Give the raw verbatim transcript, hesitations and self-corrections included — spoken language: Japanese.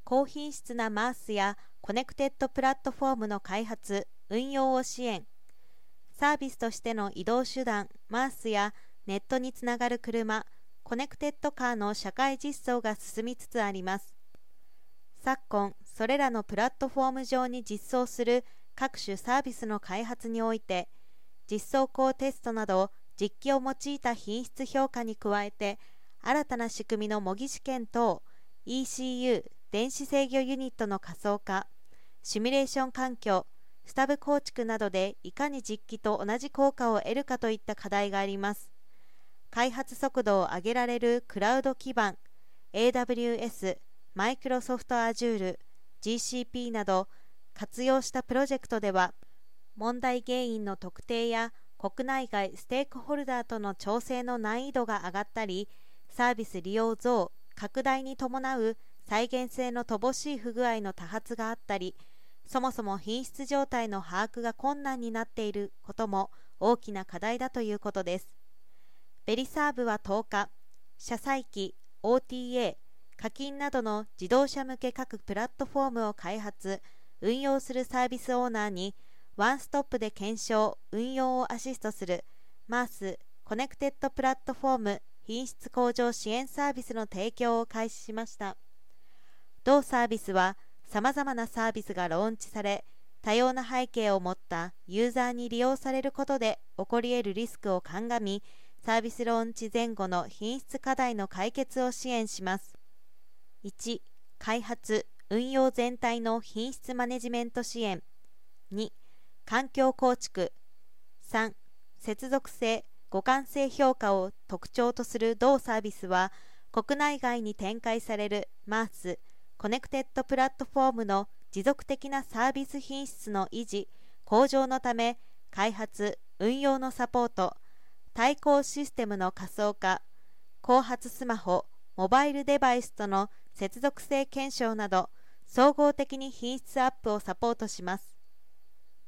高品質なマースやコネクテッドプラットフォームの開発・運用を支援。サービスとしての移動手段、マースやネットにつながる車、コネクテッドカーの社会実装が進みつつあります。昨今、それらのプラットフォーム上に実装する各種サービスの開発において、実装項テストなど実機を用いた品質評価に加えて、新たな仕組みの模擬試験等、イーシーユー、電子制御ユニットの仮想化、シミュレーション環境、スタブ構築などでいかに実機と同じ効果を得るかといった課題があります。開発速度を上げられるクラウド基盤、エーダブリューエス、マイクロソフト Azure、ジーシーピー など活用したプロジェクトでは、問題原因の特定や国内外ステークホルダーとの調整の難易度が上がったり、サービス利用増、拡大に伴う再現性の乏しい不具合の多発があったり、そもそも品質状態の把握が困難になっていることも大きな課題だということです。ベリサーブはとおか、車載機、オーティーエー、課金などの自動車向け各プラットフォームを開発、運用するサービスオーナーにワンストップで検証、運用をアシストする マース コネクテッドプラットフォーム品質向上支援サービスの提供を開始しました。同サービスはさまざまなサービスがローンチされ、多様な背景を持ったユーザーに利用されることで起こり得るリスクを鑑み、サービスローンチ前後の品質課題の解決を支援します。いち. 開発・運用全体の品質マネジメント支援。に. 環境構築。さん. 接続性・互換性評価を特徴とする同サービスは、国内外に展開される マース コネクテッドプラットフォームの持続的なサービス品質の維持・向上のため、開発・運用のサポート、対抗システムの仮想化、後発スマホ・モバイルデバイスとの接続性検証など、総合的に品質アップをサポートします。